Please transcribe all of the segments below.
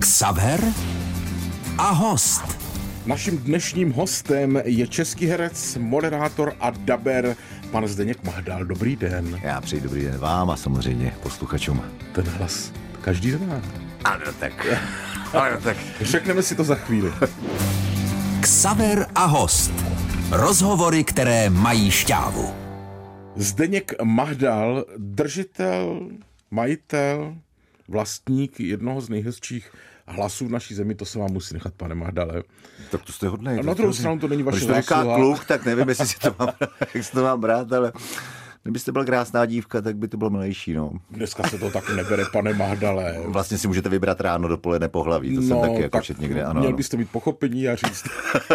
Xaver a host. Naším dnešním hostem je český herec, moderátor a daber pan Zdeněk Mahdal. Dobrý den. Já přeji dobrý den vám a samozřejmě posluchačům. Ten hlas každý zná. Ano, tak. Řekneme si to za chvíli. Xaver a host. Rozhovory, které mají šťávu. Zdeněk Mahdal, držitel, majitel, vlastník jednoho z nejhezčích hlasů v naší zemi, to se vám musí nechat, pane Mahdale. Tak to jste hodnej. A na druhou stranu to není vaše zásluha. Když to říká zásluha. kluk, tak nevím, jestli si to mám, jak si to mám brát, ale kdybyste byl krásná dívka, tak by to bylo milejší, no. Dneska se to tak nebere, pane Mahdale. Vlastně si můžete vybrat ráno, dopoledne pohlaví, to jsem taky jako čet někde, ano. Měl byste mít pochopení a říct.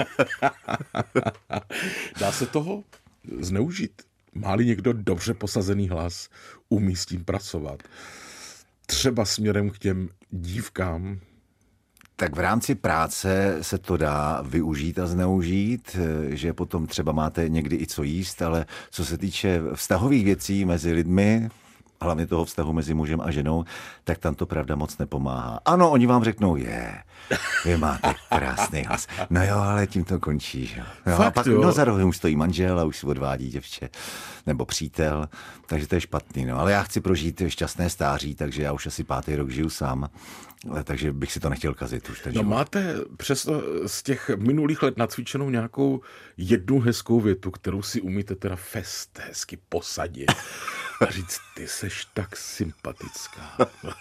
Dá se toho zneužít? Má-li někdo dobře posazený hlas, umí s tím pracovat? Třeba směrem k těm dívkám. Tak v rámci práce se to dá využít a zneužít, že potom třeba máte někdy i co jíst, ale co se týče vztahových věcí mezi lidmi, hlavně toho vztahu mezi mužem a ženou, tak tam to pravda moc nepomáhá. Ano, oni vám řeknou, vy máte krásný hlas. No jo, ale tím to končí. Že? No, Fakt, a pak jo? za rohem už stojí manžel a už si odvádí děvče nebo přítel, takže to je špatný. No. Ale já chci prožít šťastné stáří, takže já už asi 5. rok žiju sám, takže bych si to nechtěl kazit už. No máte přesto z těch minulých let nacvičenou nějakou jednu hezkou větu, kterou si umíte teda fest hezky posadit a říct, ty seš tak sympatická.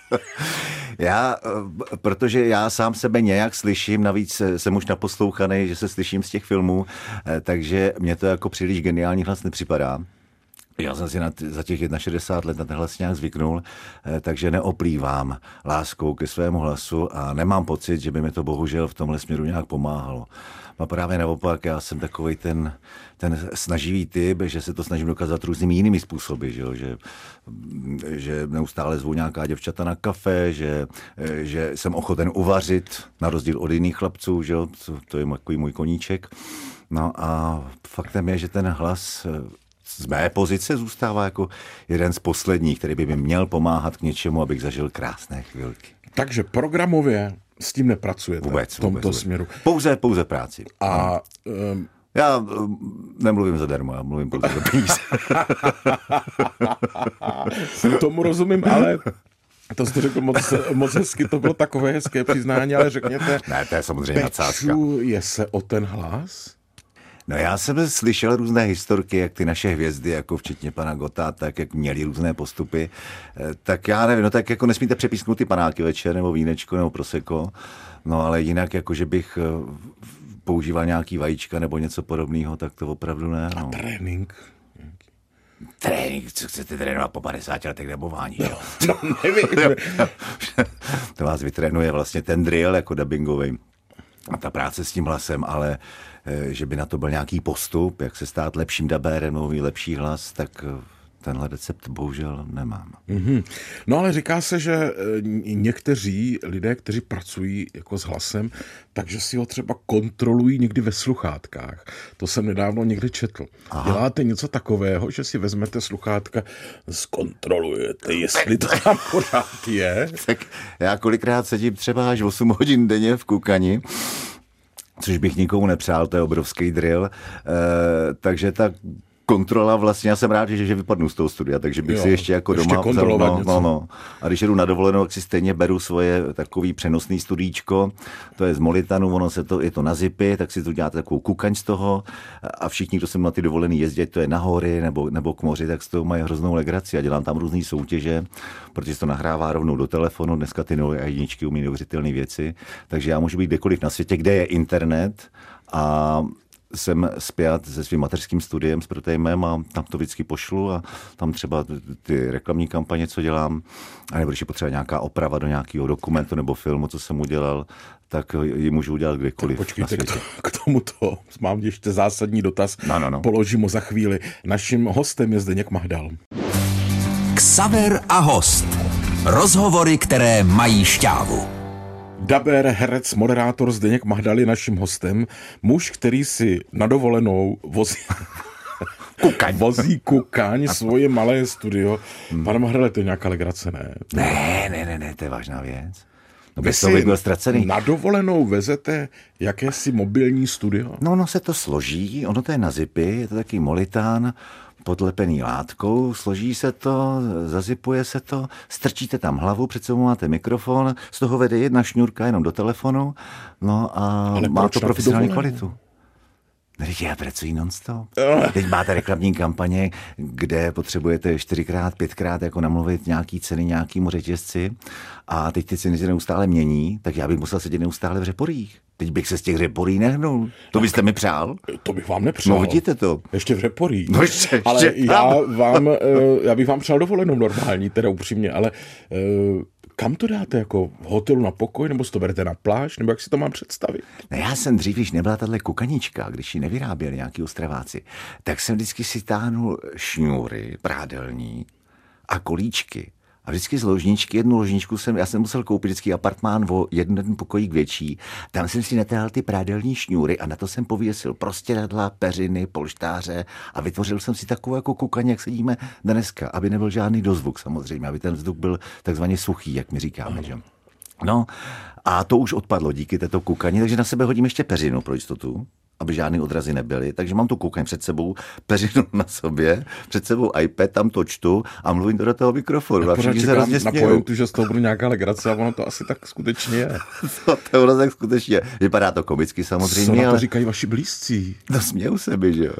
Protože já sám sebe nějak slyším, navíc jsem už naposlouchaný, že se slyším z těch filmů, takže mě to jako příliš geniální hlas nepřipadá. Já jsem si za těch 61 let na ten hlas nějak zvyknul, takže neoplývám láskou ke svému hlasu a nemám pocit, že by mi to bohužel v tomhle směru nějak pomáhalo. A právě naopak, já jsem takovej ten snaživý typ, že se to snažím dokázat různými jinými způsoby, že neustále zvu nějaká děvčata na kafe, že jsem ochoten uvařit, na rozdíl od jiných chlapců, že to je takový můj koníček. No a faktem je, že ten hlas z mé pozice zůstává jako jeden z posledních, který by mi měl pomáhat k něčemu, abych zažil krásné chvilky. Takže programově s tím nepracujete v tomto směru. Pouze práci. A já nemluvím zadarmo, já mluvím pouze za peníze. tomu rozumím, ale to jste řekl moc hezky, to bylo takové hezké přiznání, ale řekněte, Ne, to je samozřejmě nadsázka. pečuje se o ten hlas? No já jsem slyšel různé historky, jak ty naše hvězdy, jako včetně pana Gotta, tak jak měli různé postupy, tak já nevím, no tak jako nesmíte přepísknout ty panáky večer, nebo vínečko, nebo prosecco, no ale jinak jako, že bych používal nějaký vajíčka nebo něco podobného, tak to opravdu ne. No. A trénink? Trénink, co chcete trénovat po 50 letech nebo vání, jo? No nevím. To vás vytrénuje vlastně ten drill jako dubbingový. A ta práce s tím hlasem, ale že by na to byl nějaký postup, jak se stát lepším dabérem, nebo mít lepší hlas, tak tenhle recept bohužel nemám. Mm-hmm. No ale říká se, že někteří lidé, kteří pracují jako s hlasem, takže si ho třeba kontrolují někdy ve sluchátkách. To jsem nedávno někde četl. Aha. Děláte něco takového, že si vezmete sluchátka, zkontrolujete, jestli to tam pořád je? Tak já kolikrát sedím třeba až 8 hodin denně v kukani, což bych nikomu nepřál, to je obrovský drill, takže ta kontrola vlastně, já jsem rád, že vypadnu z toho studia, takže bych si ještě jako ještě doma vzal, no. A když jedu na dovolenou, tak si stejně beru svoje takový přenosný studíčko, to je z Molitanu, je to na zipy, tak si tu děláte takovou kukaň z toho a všichni, kdo se na ty dovolený jezdí, to je na hory nebo k moři, tak z toho mají hroznou legraci a dělám tam různý soutěže, protože se to nahrává rovnou do telefonu, dneska ty nové jedničky umí neuvěřitelné věci, takže já můžu být kdekoliv na světě, kde je internet a jsem spjat se svým mateřským studiem s Protejmem a tam to vždycky pošlu a tam třeba ty reklamní kampaně, co dělám, a nebo když je potřeba nějaká oprava do nějakého dokumentu nebo filmu, co jsem udělal, tak ji můžu udělat kdekoliv. Počkejte, k tomuto mám ještě zásadní dotaz. No. Položím ho za chvíli. Naším hostem je Zdeněk Mahdal. Xaver a host. Rozhovory, které mají šťávu. Daber, herec, moderátor Zdeněk Mahdal je naším hostem. Muž, který si na dovolenou vozí kukaň, svoje malé studio. Pane Mahdale, to je nějaká legrace, ne? Ne, to je vážná věc. Bez toho bych byl ztracený. Na dovolenou vezete jakési mobilní studio? No, ono se to složí, ono to je na zipy, je to takový molitán, podlepený látkou, složí se to, zazipuje se to, strčíte tam hlavu, před sebou máte mikrofon, z toho vede jedna šňůrka jenom do telefonu, no a ale má to profesionální kvalitu. Teď já pracuji non-stop. Teď máte reklamní kampaně, kde potřebujete 4x, 5x jako namluvit nějaký ceny nějakýmu řetězci a teď ty ceny se neustále mění, tak já bych musel sedět neustále v řeporích. Teď bych se z těch řeporí nehnul. To byste mi přál? To bych vám nepřál. No vidíte to. Ještě v řeporí. No ještě. Ale já bych vám přál dovolenou normální, teda upřímně, ale kam to dáte? Jako v hotelu na pokoj, nebo si to berete na pláž, nebo jak si to mám představit? No já jsem dřív, když nebyla tahle kukanička, když ji nevyráběli nějaký Ostraváci, tak jsem vždycky si táhnul šňůry prádelní a kolíčky. A vždycky z ložničky, jednu ložničku já jsem musel koupit vždycky apartmán o jeden pokojík větší. Tam jsem si natáhl ty prádelní šňůry a na to jsem pověsil prostěradla, peřiny, polštáře a vytvořil jsem si takovou jako kukaň, jak sedíme dneska, aby nebyl žádný dozvuk samozřejmě, aby ten vzduch byl takzvaně suchý, jak my říkáme. Že? No a to už odpadlo díky této kukani, takže na sebe hodím ještě peřinu pro jistotu, aby žádný odrazy nebyly. Takže mám tu kukaň před sebou, peřinu na sobě, před sebou iPad, tam to čtu a mluvím to do toho mikrofonu. Já pořád čekám na pointu, že z toho bude nějaká legrace a ono to asi tak skutečně je. to ono tak skutečně. Vypadá to komicky samozřejmě. Co na to říkají vaši blízcí? No smějou se mi, že jo.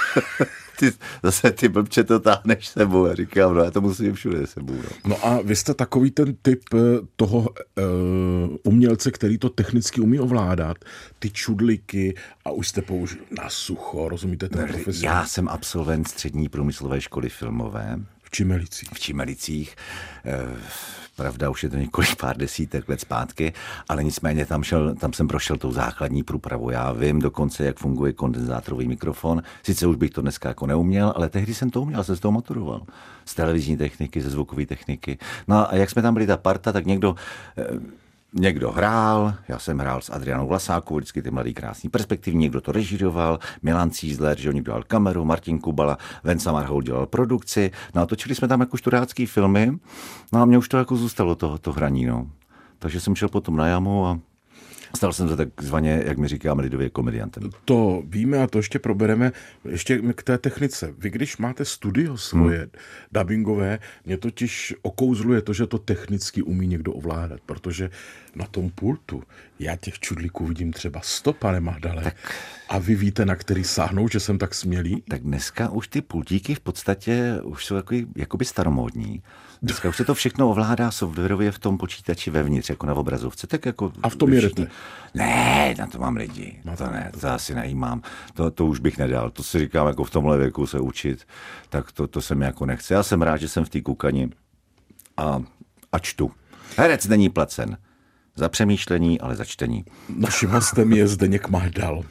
Ty blbče to táhneš sebou a říkám, no já to musím všude sebou. No a vy jste takový ten typ toho umělce, který to technicky umí ovládat, ty čudliky a už jste použil na sucho, rozumíte ten profesor? Já jsem absolvent střední průmyslové školy filmové. V Čimelicích. Pravda, už je to pár desítek let zpátky, ale nicméně tam jsem prošel tou základní průpravu. Já vím dokonce, jak funguje kondenzátorový mikrofon. Sice už bych to dneska jako neuměl, ale tehdy jsem to uměl, jsem z toho maturoval. Z televizní techniky, ze zvukové techniky. No a jak jsme tam byli ta parta, tak někdo hrál, já jsem hrál s Adrianou Vlasákovou, vždycky ty mladý krásný perspektivní, někdo to režíroval, Milan Cízler, že někdo dělal kameru, Martin Kubala, Venca Marhoul dělal produkci, no a točili jsme tam jako študácký filmy, no a mě už to jako zůstalo to hraní, no. Takže jsem šel potom na jamu a stal jsem se takzvaně, jak my říkáme lidově, komediantem. To víme a to ještě probereme. Ještě k té technice. Vy, když máte studio svoje dabingové, mě totiž okouzluje to, že to technicky umí někdo ovládat, protože na tom pultu já těch čudlíků vidím třeba 100, pane Mahdale. A vy víte, na který sáhnou, že jsem tak smělý? Tak dneska už ty pultíky v podstatě už jsou jakoby staromódní. Dneska už se to všechno ovládá softwarově v tom počítači vevnitř, jako na obrazovce. Tak jako a v tom jedete? Ne, na to mám lidi. To asi nejímám. To už bych nedal. To si říkám, jako v tomhle věku se učit, tak to se mi jako nechce. Já jsem rád, že jsem v té kukani a čtu. Herec není placen. Za přemýšlení, ale za čtení. Naším hostem je Zdeněk Mahdal.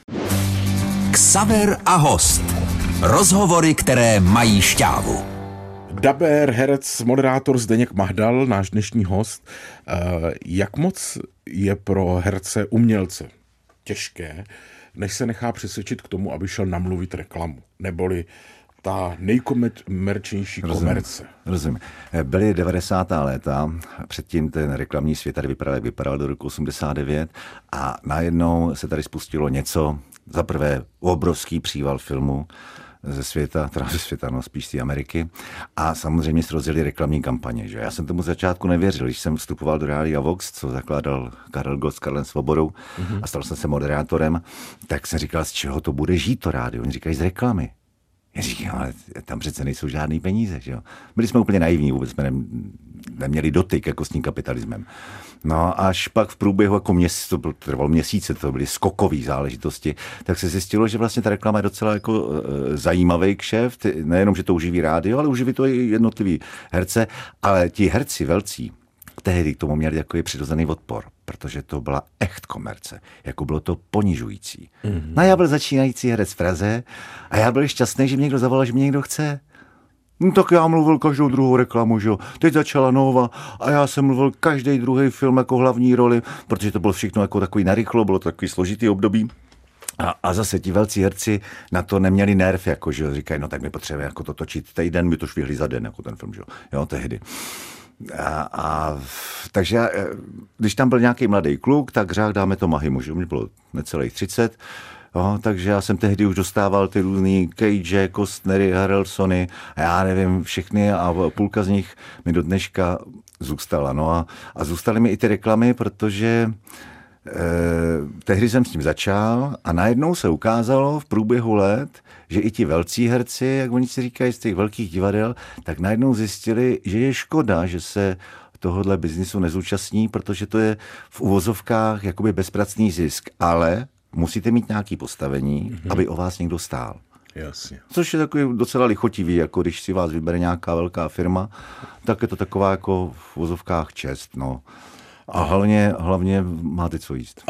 Xaver a host. Rozhovory, které mají šťávu. Dabér, herec, moderátor Zdeněk Mahdal, náš dnešní host. Jak moc je pro herce umělce těžké, než se nechá přesvědčit k tomu, aby šel namluvit reklamu, neboli ta nejkomerčnější komerce? Rozumím. Byly 90. léta, předtím ten reklamní svět tady vypadal, jak vypadal do roku 89 a najednou se tady spustilo něco, za prvé obrovský příval filmu ze světa, no spíš z té Ameriky a samozřejmě se rozjeli reklamní kampaně. Že? Já jsem tomu začátku nevěřil, když jsem vstupoval do Rádia Vox, co zakládal Karel Gott s Karlem Svobodou a stal jsem se moderátorem, tak jsem říkal, z čeho to bude žít to rádio. Oni říkají z reklamy. Já říkám, ale tam přece nejsou žádný peníze. Že jo? Byli jsme úplně naivní, vůbec jsme neměli dotyk jako s tím kapitalismem. No až pak v průběhu jako to trvalo měsíce, to byly skokové záležitosti, tak se zjistilo, že vlastně ta reklama je docela jako zajímavý kšeft, nejenom, že to uživí rádio, ale uživí to i jednotlivý herce, ale ti herci velcí tehdy k tomu měli takový přirozený odpor, protože to byla echt komerce, jako bylo to ponižující. No já byl začínající herec v Praze a já byl šťastný, že mě někdo zavolal, že mě někdo chce. No tak já mluvil každou druhou reklamu, že jo. Teď začala Nova a já jsem mluvil každý druhý film jako hlavní roli, protože to bylo všechno jako takový narychlo, bylo to takový složitý období. A zase ti velcí herci na to neměli nerv, jako že říkají, no tak my potřebujeme jako to točit týden, my to švihli za den, jako ten film, že jo, tehdy. Takže když tam byl nějaký mladý kluk, tak řekl, dáme to Mahymu, že mi bylo necelých 30. Jo, takže já jsem tehdy už dostával ty různý Cage, Costnery, Harrelsony a já nevím, všechny a půlka z nich mi do dneška zůstala. No a zůstaly mi i ty reklamy, protože tehdy jsem s tím začal a najednou se ukázalo v průběhu let, že i ti velcí herci, jak oni si říkají z těch velkých divadel, tak najednou zjistili, že je škoda, že se tohohle biznisu nezúčastní, protože to je v uvozovkách jakoby bezpracný zisk, ale musíte mít nějaké postavení, aby o vás někdo stál. Jasně. Což je takový docela lichotivý, jako když si vás vybere nějaká velká firma, tak je to taková jako v uvozovkách čest, no. A hlavně máte co jíst.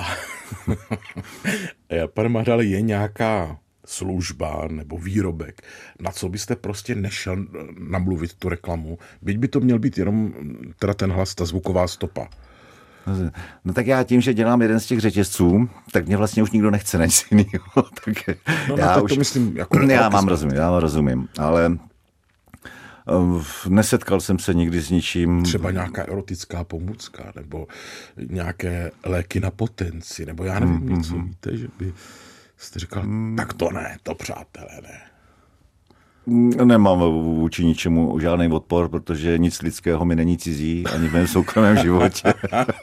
Pane Mahdale, je nějaká služba nebo výrobek, na co byste prostě nešel namluvit tu reklamu, byť by to měl být jenom teda ten hlas, ta zvuková stopa? No tak já tím, že dělám jeden z těch řetězců, tak mě vlastně už nikdo nechce nic jinýho. Tak to myslím jako... Já vám rozumím, ale nesetkal jsem se nikdy s ničím. Třeba nějaká erotická pomůcka, nebo nějaké léky na potenci, nebo já nevím něco, víte, že by jste říkal, tak to ne, to přátelé ne. Nemám vůči ničemu žádný odpor, protože nic lidského mi není cizí, ani v mém soukromém životě.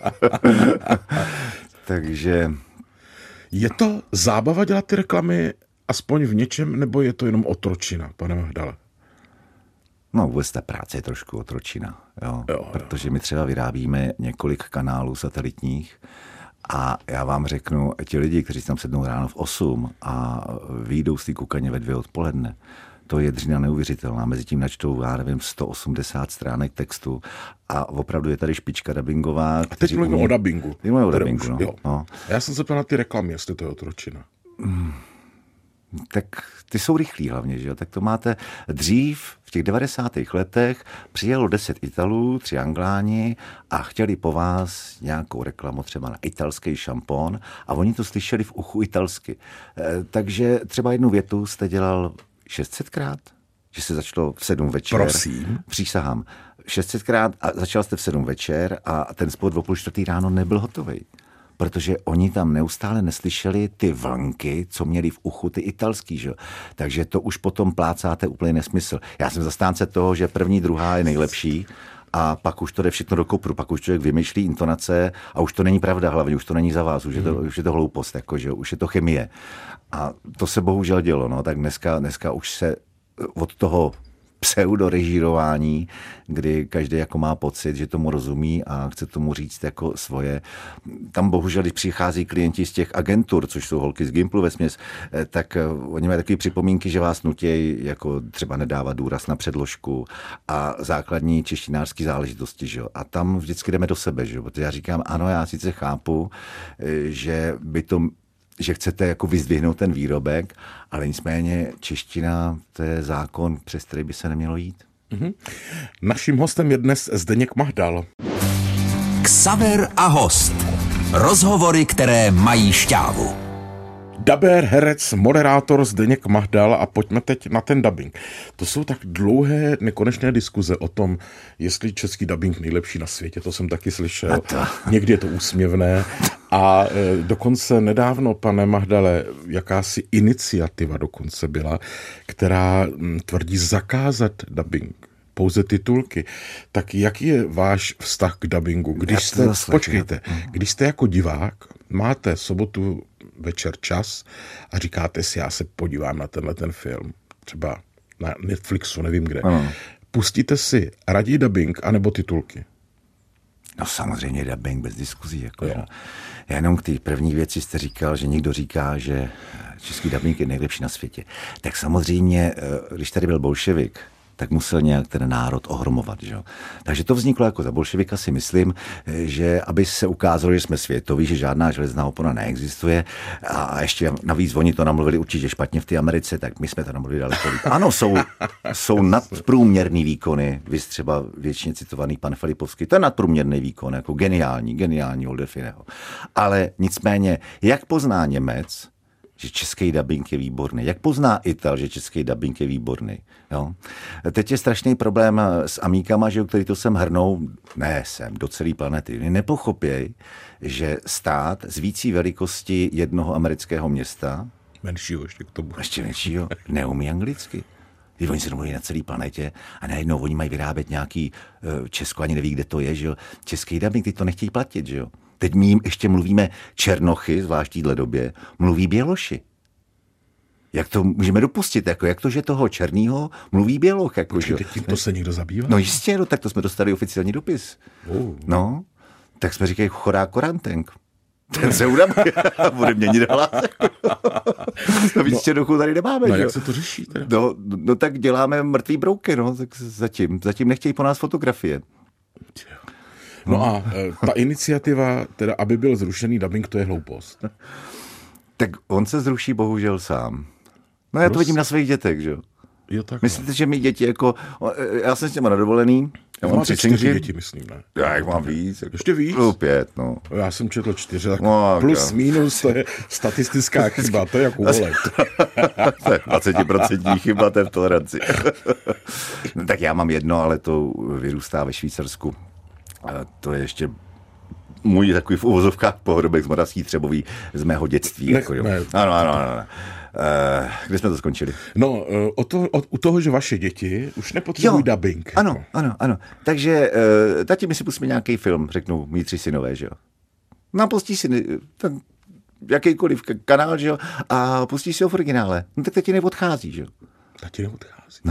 Takže... Je to zábava dělat ty reklamy aspoň v něčem, nebo je to jenom otročina, pane Mahdale? No vůbec ta práce je trošku otročina, jo, protože my třeba vyrábíme několik kanálů satelitních a já vám řeknu, ti lidi, kteří tam sednou ráno v 8 a vyjdou z té kukaně ve 2 odpoledne, to je dřina neuvěřitelná. Mezitím načtou, já nevím, 180 stránek textu a opravdu je tady špička dabingová. A teď mluvím o dabingu. No. Já jsem se ptal na ty reklamy, jestli to je otročina. Tak ty jsou rychlí hlavně, že jo? Tak to máte dřív, v těch 90. letech přijelo 10 Italů, 3 Angláni a chtěli po vás nějakou reklamu třeba na italský šampon a oni to slyšeli v uchu italsky. Takže třeba jednu větu jste dělal 600krát, že se začalo v 7 večer. Prosím. Přísahám. 600krát a začal jste v 7 večer a ten spot o 3:30 ráno nebyl hotovej. Protože oni tam neustále neslyšeli ty vlnky, co měli v uchu ty italský, že? Takže to už potom plácáte úplně nesmysl. Já jsem zastánce toho, že první, druhá je nejlepší a pak už to jde všechno do kopru, pak už člověk vymýšlí intonace a už to není pravda hlavně, už to není za vás, už je to hloupost, jako, že? Už je to chemie. A to se bohužel dělo, no, tak dneska už se od toho pseudorežírování, kdy každý jako má pocit, že tomu rozumí a chce tomu říct jako svoje. Tam bohužel, když přichází klienti z těch agentur, což jsou holky z Gimplu vesměs, tak oni mají takové připomínky, že vás nutějí jako třeba nedávat důraz na předložku a základní češtinářské záležitosti. Že? A tam vždycky jdeme do sebe, že? Protože já říkám, ano, já sice chápu, že chcete jako vyzdvihnout ten výrobek, ale nicméně čeština, to je zákon, přes který by se nemělo jít. Naším hostem je dnes Zdeněk Mahdal. Xaver a host. Rozhovory, které mají šťávu. Dabér, herec, moderátor Zdeněk Mahdal a pojďme teď na ten dabing. To jsou tak dlouhé, nekonečné diskuze o tom, jestli český dabing nejlepší na světě, to jsem taky slyšel. Někdy je to úsměvné a dokonce nedávno, pane Mahdale, jakási iniciativa dokonce byla, která tvrdí zakázat dabing. Pouze titulky. Tak jaký je váš vztah k dabingu? Když jste jako divák, máte sobotu večer čas a říkáte si, já se podívám na ten film, třeba na Netflixu, nevím kde. Pustíte si raději dabing anebo titulky? No samozřejmě dabing bez diskuzí. Jako já jenom k té první věci jste říkal, že někdo říká, že český dabing je nejlepší na světě. Tak samozřejmě, když tady byl bolševik, tak musel nějak ten národ ohromovat. Že? Takže to vzniklo jako za bolševika, si myslím, že aby se ukázalo, že jsme světoví, že žádná železná opona neexistuje a ještě navíc oni to namluvili určitě špatně v té Americe, tak my jsme to namluvili daleko líp. Ano, jsou nadprůměrný výkony, vy třeba většině citovaný pan Filipovský, to je nadprůměrný výkon, jako geniální Oldefiniho. Ale nicméně, jak pozná Němec, že český dabing je výborný. Jak pozná Ital, že český dabing je výborný? Jo? Teď je strašný problém s amíkama, že, který to sem hrnou, do celé planety. Nepochopěj, že stát z vící velikosti jednoho amerického města, menšího ještě k tomu. Ještě menšího, neumí anglicky. Když oni se domluví na celé planetě a najednou oni mají vyrábět nějaký Česko, ani neví, kde to je, že jo. Český dabing, teď to nechtějí platit, že jo. Teď my jim ještě mluvíme Černochy, zvlášť v téhle době, mluví Běloši. Jak to můžeme dopustit? Jako, jak to, že toho černýho mluví Běloch? Jako, že? To se někdo zabývá? No jistě, no, tak to jsme dostali oficiální dopis. No, tak jsme říkali chorá korantenk. Ten se udamuje a bude měnit hlas. No víc Černochů tady nemáme. No jak se to řeší teda? No tak děláme mrtvý brouky, no, tak zatím nechtějí po nás fotografie. No a ta iniciativa, teda aby byl zrušený dabing, to je hloupost. Tak on se zruší bohužel sám. No já to vidím na svých dětech, že jo. Myslíte, že my děti jako... Já jsem s těma na dovolený. Já mám 4 děti, myslím, ne? Já jich mám víc. Jako ještě víc? 5, no. Já jsem četl 4, tak plus, minus, to je statistická chyba, to je jako volek. To je 20% chyba, to je v toleranci. No, tak já mám 1, ale to vyrůstá ve Švýcarsku. A to je ještě můj takový v uvozovkách pohodobek z Moravský Třebový z mého dětství. Ne. Ano. Kde jsme to skončili? No, u toho, že vaše děti už nepotřebují dabing. Ano. Takže tati, my si pustíme nějaký film, řeknou mý 3 synové, že jo. No, pustí si ten jakýkoliv kanál, že jo, a pustí si ho v originále. No, tak tati neodchází, že jo. Tati neodchází.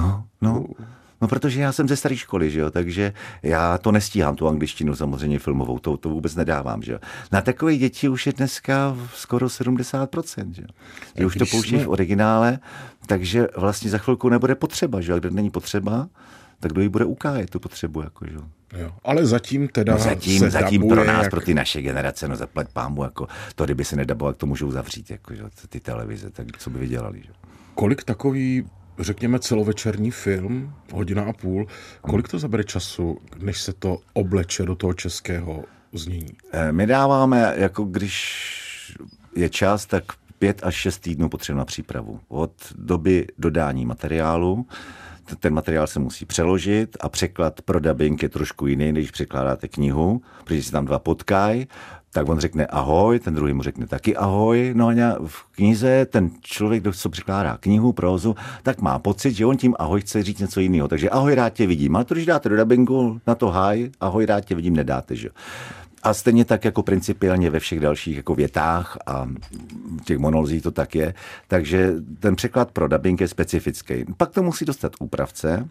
No, protože já jsem ze staré školy, že jo, takže já to nestíhám, tu angličtinu samozřejmě filmovou, to vůbec nedávám, že jo. Na takové děti už je dneska skoro 70%, že jo. Že už to pouští v originále, takže vlastně za chvilku nebude potřeba, že jo, a kde není potřeba, tak kdo ji bude ukájet, tu potřebu, jako, že jo. Ale zatím teda zatím pro nás, pro ty naše generace, no zaplať pámu, jako to, kdyby se nedabovalo, to můžou zavřít, jako, že ty televize, tak co by vydělali, že. Kolik takový, řekněme, celovečerní film, 1,5 hodiny, kolik to zabere času, než se to obleče do toho českého znění? My dáváme, jako když je čas, tak 5 až 6 týdnů potřebujeme na přípravu. Od doby dodání materiálu, ten materiál se musí přeložit a překlad pro dabing je trošku jiný, než překládáte knihu, protože si tam 2 potkají, tak on řekne ahoj, ten druhý mu řekne taky ahoj. No a v knize ten člověk, kdo co překládá knihu, prózu, tak má pocit, že on tím ahoj chce říct něco jiného. Takže ahoj, rád tě vidím. Ale to, když dáte do dabingu na to hi, ahoj, rád tě vidím, nedáte, že? A stejně tak jako principiálně ve všech dalších jako větách a těch monolozích to tak je. Takže ten překlad pro dabing je specifický. Pak to musí dostat úpravce,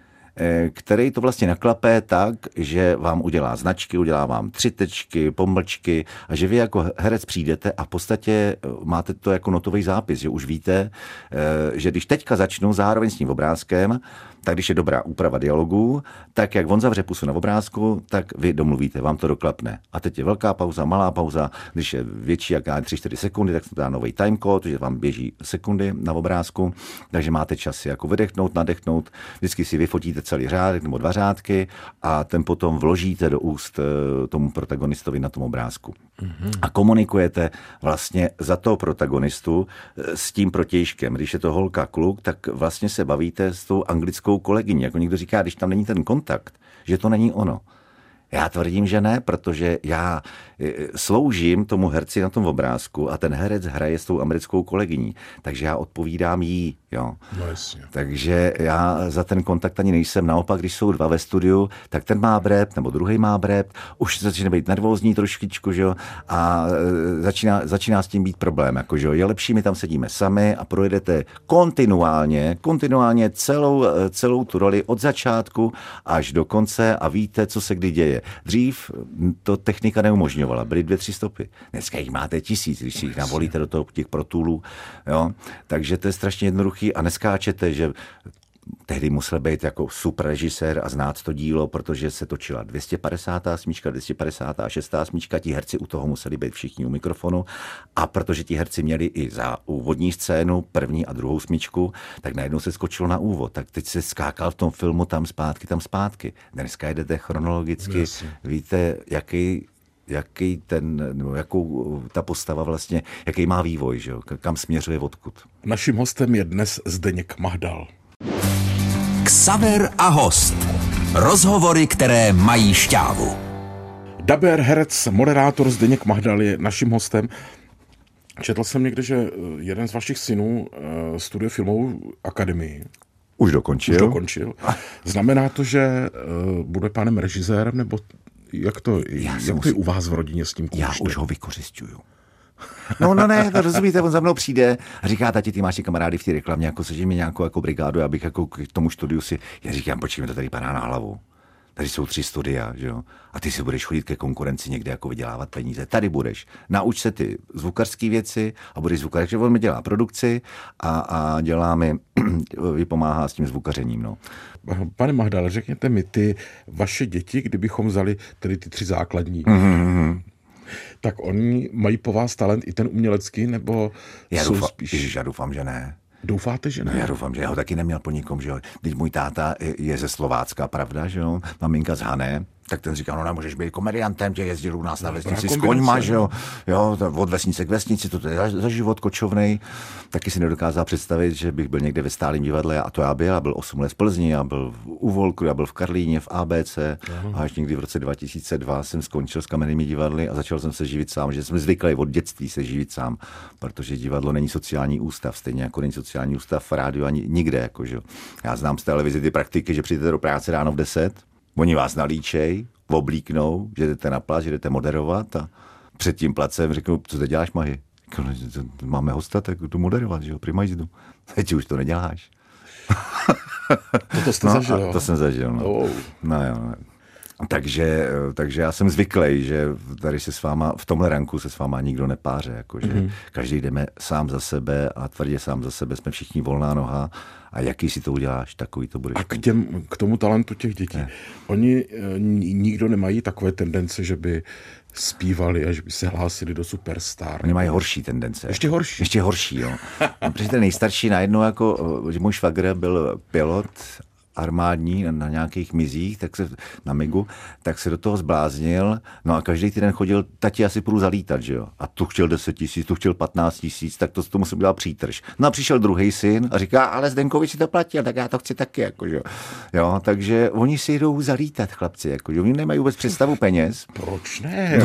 který to vlastně naklapé tak, že vám udělá značky, udělá vám 3 tečky, pomlčky a že vy jako herec přijdete a v podstatě máte to jako notový zápis, že už víte, že když teďka začnu zároveň s tím obrázkem, tak když je dobrá úprava dialogů, tak jak on zavře pusu na obrázku, tak vy domluvíte, vám to doklapne. A teď je velká pauza, malá pauza, když je větší, jak 3-4 sekundy, tak se dá nový timecode, že vám běží sekundy na obrázku, takže máte čas si jako vydechnout, nadechnout, vždycky si vyfotíte celý řádek nebo 2 řádky a ten potom vložíte do úst tomu protagonistovi na tom obrázku. A komunikujete vlastně za toho protagonistu s tím protějškem. Když je to holka, kluk, tak vlastně se bavíte s tou anglickou kolegyní. Jako někdo říká, když tam není ten kontakt, že to není ono. Já tvrdím, že ne, protože já sloužím tomu herci na tom obrázku a ten herec hraje s tou americkou kolegyní, takže já odpovídám jí. Jo. No jasně. Takže já za ten kontakt ani nejsem. Naopak, když jsou 2 ve studiu, tak ten má brep, nebo druhý má brep, už začíná být nervózní trošičku, že jo, a začíná s tím být problém. Jako, že jo. Je lepší, my tam sedíme sami a projedete kontinuálně celou tu roli od začátku až do konce a víte, co se kdy děje. Dřív to technika neumožňovala, byly 2-3 stopy. Dneska jich máte 1000, když si jich navolíte do toho těch protulů, jo. Takže to je strašně jednoduchý a neskáčete, že tehdy musel být jako super režisér a znát to dílo, protože se točila 250. smyčka, 256. smyčka, ti herci u toho museli být všichni u mikrofonu a protože ti herci měli i za úvodní scénu, 1. a 2. smyčku, tak najednou se skočilo na úvod. Tak teď se skákal v tom filmu tam zpátky. Dneska jedete chronologicky, víte, jakou ta postava vlastně, jaký má vývoj, že jo? Kam směřuje, odkud. Naším hostem je dnes Zdeněk Mahdal. Xaver a host. Rozhovory, které mají šťávu. Dabér, herec, moderátor Zdeněk Mahdal je naším hostem. Četl jsem někde, že jeden z vašich synů studuje filmovou akademii. Už dokončil. Znamená to, že bude panem režisérem, nebo jak to je u vás v rodině s tím kůžtem? Já už ho vykořisťuju. No ne, to rozumíte, on za mnou přijde a říká, tati, ty máš ty kamarády v té reklamě, jako sežij mi nějakou jako brigádu, abych jako k tomu studiu si, já říkám, počkej, mi to tady padá na hlavu. Tady jsou 3 studia, že jo? A ty si budeš chodit ke konkurenci někde jako vydělávat peníze. Tady budeš. Nauč se ty zvukařské věci a budeš zvukař. Takže on mi dělá produkci a dělá mi, vypomáhá s tím zvukařením, no. Pane Mahdale, řekněte mi, ty vaše děti, kdybychom vzali tedy ty 3 základní, tak oni mají po vás talent i ten umělecký, nebo já doufám, že ne. Doufáte, že ne? No, já doufám, že já ho taky neměl po nikom, že jo. Teď můj táta je ze Slovácka, pravda, že jo. Maminka z Hané, tak ten říkal, no nemůžeš být komediantem, tě jezdil u nás na vesnici s koňma, že jo. Jo, od vesnice k vesnici, to je za život kočovnej. Taky si nedokázal představit, že bych byl někde ve stálém divadle, a to já byl 8 let v Plzni, já byl u Volku, já byl v Karlíně, v ABC, a až někdy v roce 2002 jsem skončil s kamennými divadly a začal jsem se živit sám, že jsem zvyklý od dětství se živit sám, protože divadlo není sociální ústav, stejně jako není sociální ústav v rádiu ani nikde, jako, že jo. Já znám z televize ty praktiky, že přijdete do práce ráno v 10, oni vás nalíčej, oblíknou, že jdete na pláž, že jdete moderovat a před tím placem řeknou, co teď děláš, Mahy? Máme hosta, tak jdu moderovat, že jo, prima jízdu. Teď už to neděláš. To jste zažil, jo? To jsem zažil, no. Oh. No jo. Takže já jsem zvyklý, že tady se s váma, v tomhle ranku se s váma nikdo nepáře, jakože každý jdeme sám za sebe a tvrdě sám za sebe, jsme všichni volná noha a jaký si to uděláš, takový to budeš. A k tomu talentu těch dětí. Ne. Oni nikdo nemají takové tendence, že by zpívali a že by se hlásili do Superstar. Oni mají horší tendence. Ještě horší, jo. Protože ten nejstarší najednou, jako, že můj švagr byl pilot armádní na nějakých mizích, na MIGu, tak se do toho zbláznil, no a každý týden chodil, tati, asi půjdu zalítat, že jo. A tu chtěl 10 000, tu chtěl 15 000, tak to musím udělat přítrž. No a přišel druhý syn a říká, ale Zdenkovi si to platil, tak já to chci taky, jako, že jo. Takže oni si jdou zalítat, chlapci, jako, že oni nemají vůbec představu peněz. Proč ne?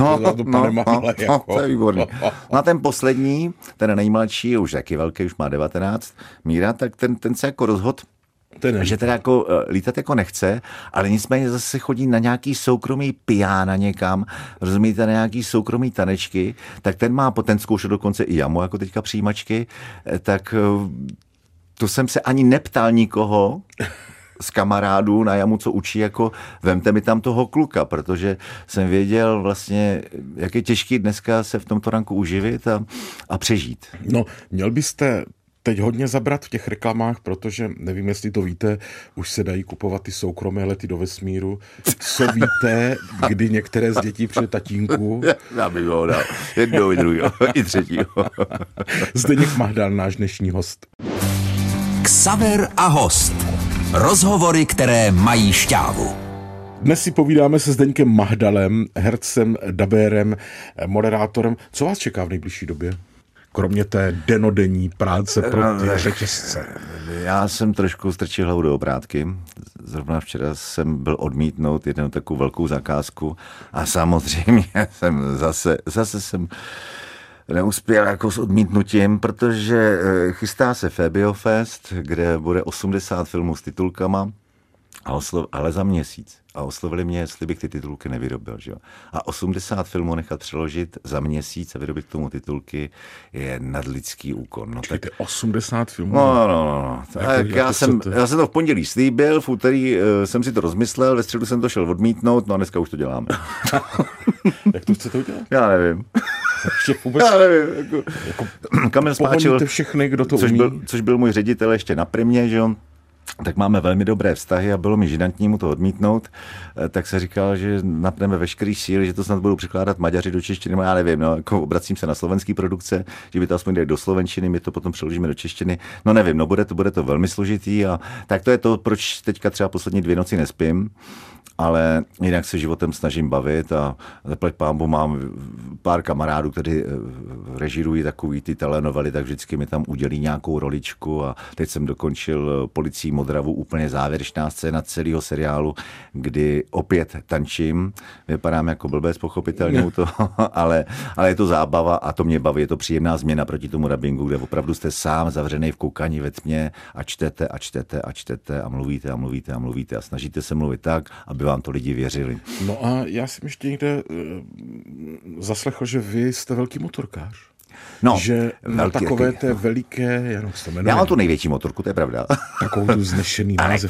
To je výborný. No a ten poslední, ten nejmladší, už taky velký, už má 19, Míra, tak ten se jako rozhodl, že teda jako lítat jako nechce, ale nicméně zase chodí na nějaký soukromý pijána někam, rozumíte, na nějaký soukromý tanečky, tak ten zkoušel dokonce i jamu, jako teďka přijímačky, tak to jsem se ani neptal nikoho z kamarádů na jamu, co učí, jako vemte mi tam toho kluka, protože jsem věděl vlastně, jak je těžký dneska se v tomto ranku uživit a přežít. No, měl byste teď hodně zabrat v těch reklamách, protože nevím, jestli to víte, už se dají kupovat ty soukromé lety do vesmíru. Co víte, kdy některé z dětí přijde tatínku? Já bych ho dal jednou, i druhého, i třetího. Zdeněk Mahdal, náš dnešní host. Xaver a host. Rozhovory, které mají šťávu. Dnes si povídáme se Zdeňkem Mahdalem, hercem, dabérem, moderátorem. Co vás čeká v nejbližší době? Kromě té denodenní práce pro ty řetězce. Já jsem trošku strčil hlavu do obrátky. Zrovna včera jsem byl odmítnout jednou takovou velkou zakázku a samozřejmě jsem zase jsem neuspěl jako s odmítnutím, protože chystá se Febiofest, kde bude 80 filmů s titulkama, ale za měsíc. A oslovili mě, jestli bych ty titulky nevyrobil. Že jo? A 80 filmů nechat přeložit za měsíc a vyrobit k tomu titulky je nadlidský úkon. No, tak 80 filmů? No. Já jsem to v pondělí slíbil, v úterý jsem si to rozmyslel, ve středu jsem to šel odmítnout, no a dneska už to děláme. Jak to chcete udělat? Já nevím. Já nevím. Kamil Spáčil, všechny, kdo to umí. Což byl můj ředitel ještě na Primě, že jo? tak máme velmi dobré vztahy a bylo mi žinantní mu to odmítnout, tak se říkal, že napneme veškerý síly, že to snad budou překládat Maďaři do češtiny, já nevím, no, jako obracím se na slovenský produkce, že by to aspoň dali do slovenčiny, my to potom přeložíme do češtiny, no nevím, no bude to velmi složitý a tak to je to, proč teďka třeba poslední 2 noci nespím, ale jinak se životem snažím bavit a zaplať pánbu mám pár kamarádů, kteří režírují takový ty telenovely, tak vždycky mi tam udělí nějakou roličku a teď jsem dokončil Policii Modravu, úplně závěrečná scéna celého seriálu, kdy opět tančím, vypadám jako blbec pochopitelně u toho, ale je to zábava a to mě baví, je to příjemná změna proti tomu dabingu, kde opravdu jste sám zavřený v koukani ve tmě a čtete a čtete a čtete a mluvíte a mluvíte a mluvíte a snažíte se mluvit tak, aby vám to lidi věřili. No a já jsem ještě někde zaslechl, že vy jste velký motorkář. No, že na takové té veliké, já mám tu největší motorku, to je pravda. Takovou tu znešený název.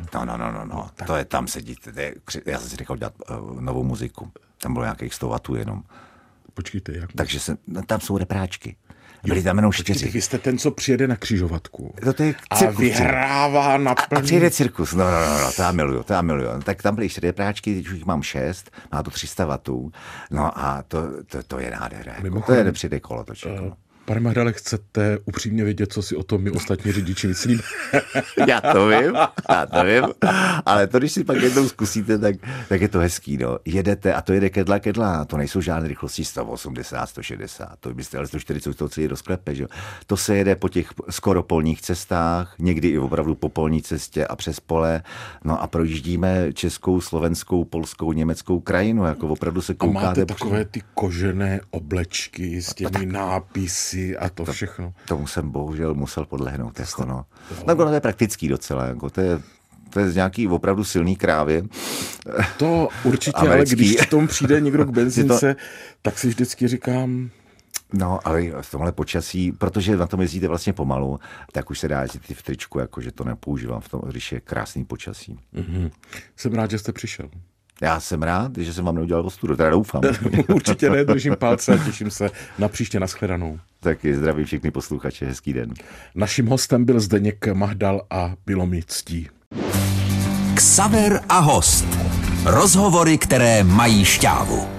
No. To je tam sedí. Já jsem si říkal dělat novou muziku. Tam bylo nějakých 100 W jenom. Počkejte, jak? Takže tam jsou repráčky. Byli tam jenom 4. Vy jste ten, co přijede na křižovatku. To je cirkus, a vyhrává na plný. A přijede cirkus. No, to já miluju. Tak tam byly 4 repráčky, teď už jich mám 6, má to 300 W. No a to je nádhera. To je nepřijde kolotoček. Pane Mahdale, chcete upřímně vědět, co si o tom my ostatní řidiči myslíme? Já to vím, ale to, když si pak jednou zkusíte, tak je to hezký, no. Jedete a to jede kedla, to nejsou žádné rychlosti 180, 160, to byste ale 140, to celý rozklepe, že? To se jede po těch skoro polních cestách, někdy i opravdu po polní cestě a přes pole, no a projíždíme českou, slovenskou, polskou, německou krajinu, jako opravdu se koukáte. A máte takové ty kožené oblečky s těmi nápisy a to všechno. Tomu jsem bohužel musel podlehnout. Jako no. Tak to je praktický docela. Jako to je z nějaký opravdu silný krávě. To určitě, ale když k tomu přijde někdo k benzínce, tak si vždycky říkám... No, ale v tomhle počasí, protože na tom jezdíte vlastně pomalu, tak už se dá jezdit v tričku, jakože to nepoužívám v tom, když je krásný počasí. Mm-hmm. Jsem rád, že jste přišel. Já jsem rád, že jsem vám neudělal ostudu, teda doufám. Určitě ne, držím palce a těším se na příště, nashledanou. Taky zdravím všechny posluchače, hezký den. Naším hostem byl Zdeněk Mahdal a bylo mi ctí. Xaver a host. Rozhovory, které mají šťávu.